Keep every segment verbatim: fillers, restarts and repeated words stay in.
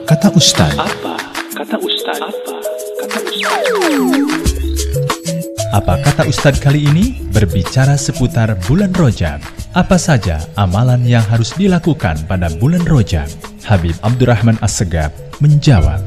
kata Ustaz? Apa kata Ustaz? Apa kata Ustaz? Apa kata Ustaz kali ini berbicara seputar bulan Rajab. Apa saja amalan yang harus dilakukan pada bulan Rajab? Habib Abdurrahman As-Segaf menjawab.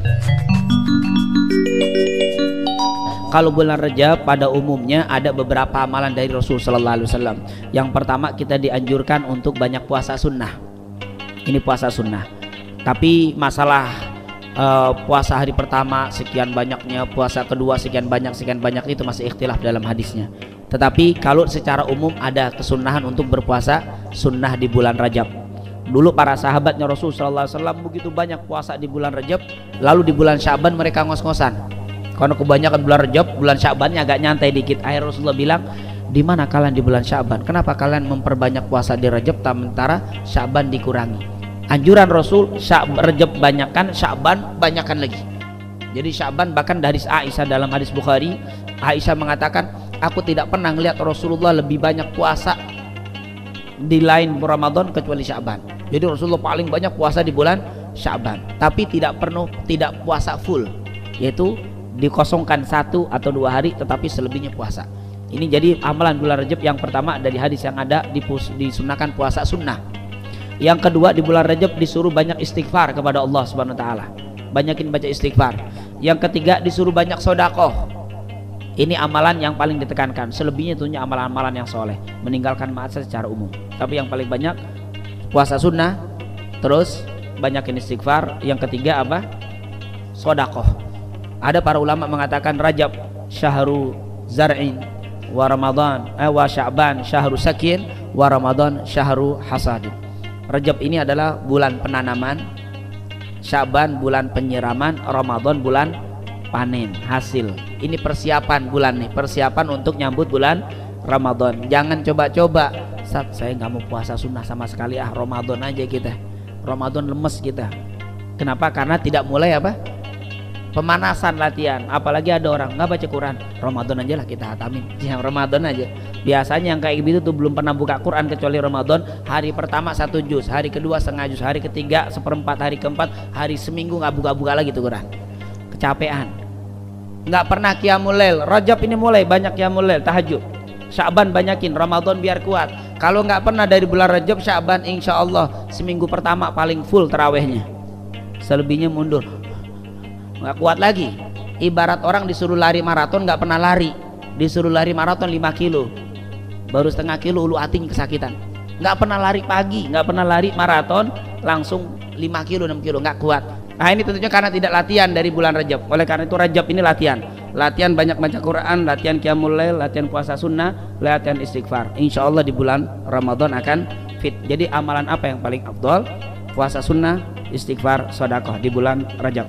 Kalau bulan Rajab pada umumnya ada beberapa amalan dari Rasul Sallallahu Alaihi Wasallam. Yang pertama, kita dianjurkan untuk banyak puasa sunnah. Ini puasa sunnah. Tapi masalah uh, puasa hari pertama sekian banyaknya, puasa kedua sekian banyak sekian banyak itu masih ikhtilaf dalam hadisnya. Tetapi kalau secara umum ada kesunahan untuk berpuasa sunnah di bulan Rajab. Dulu para sahabatnya Rasul Sallallahu Alaihi Wasallam begitu banyak puasa di bulan Rajab, lalu di bulan Syaban mereka ngos-ngosan. Karena kebanyakan bulan Rajab, bulan Syabannya agak nyantai dikit. Akhirnya Rasulullah bilang, di mana kalian di bulan Syaban? Kenapa kalian memperbanyak puasa di Rajab sementara Syaban dikurangi? Anjuran Rasul, Rajab banyakkan, Syaban banyakkan lagi. Jadi Syaban, bahkan dari Aisyah dalam hadis Bukhari, Aisyah mengatakan, aku tidak pernah melihat Rasulullah lebih banyak puasa di lain Ramadan kecuali Syaban. Jadi Rasulullah paling banyak puasa di bulan Syaban, tapi tidak perlu tidak puasa full, yaitu dikosongkan satu atau dua hari, tetapi selebihnya puasa. Ini jadi amalan bulan Rajab yang pertama dari hadis yang ada, disunahkan puasa sunnah. Yang kedua, di bulan Rajab disuruh banyak istighfar kepada Allah Subhanahu wa taala. Banyakin baca istighfar. Yang ketiga, disuruh banyak sedekah. Ini amalan yang paling ditekankan. Selebihnya tentunya amalan-amalan yang soleh, meninggalkan maksiat secara umum. Tapi yang paling banyak puasa sunnah, terus banyakin istighfar. Yang ketiga apa? Sedekah. Ada para ulama mengatakan Rajab syahru zar'in wa Ramadan eh, wa Sya'ban syahru sakin wa Ramadan syahru hasadin. Rajab ini adalah bulan penanaman, Sya'ban bulan penyiraman, Ramadan bulan panen hasil. Ini persiapan bulan nih, persiapan untuk nyambut bulan Ramadan. Jangan coba-coba, Sat, saya nggak mau puasa sunnah sama sekali, ah Ramadan aja kita. Ramadan lemes kita. Kenapa? Karena tidak mulai apa? Pemanasan latihan. Apalagi ada orang nggak baca Quran, Ramadan aja lah kita hatamin. Ya Ramadan aja. Biasanya yang kayak gitu tuh belum pernah buka Quran kecuali Ramadan. Hari pertama satu juz, hari kedua setengah juz, hari ketiga seperempat, hari keempat, hari seminggu nggak buka-buka lagi tuh Quran. Kecapean. Nggak pernah qiyamul lail. Rajab ini mulai banyak qiyamul lail, tahajud. Sya'ban banyakin, Ramadan biar kuat. Kalau nggak pernah dari bulan Rajab, Sya'ban insya Allah seminggu pertama paling full tarawehnya. Selebihnya mundur. Nggak kuat lagi. Ibarat orang disuruh lari maraton nggak pernah lari, disuruh lari maraton lima kilo, baru setengah kilo ulu hatinya kesakitan. Nggak pernah lari pagi, nggak pernah lari maraton langsung lima kilo enam kilo, nggak kuat. Nah ini tentunya karena tidak latihan dari bulan Rajab. Oleh karena itu Rajab ini latihan, latihan banyak baca Quran, latihan qiyamul lail, latihan puasa sunnah, latihan istighfar. Insya Allah di bulan Ramadan akan fit. Jadi amalan apa yang paling afdol? Puasa sunnah, istighfar, sedekah di bulan Rajab.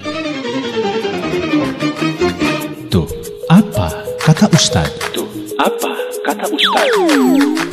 Tuh, apa kata Ustaz? Tuh, apa kata Ustaz?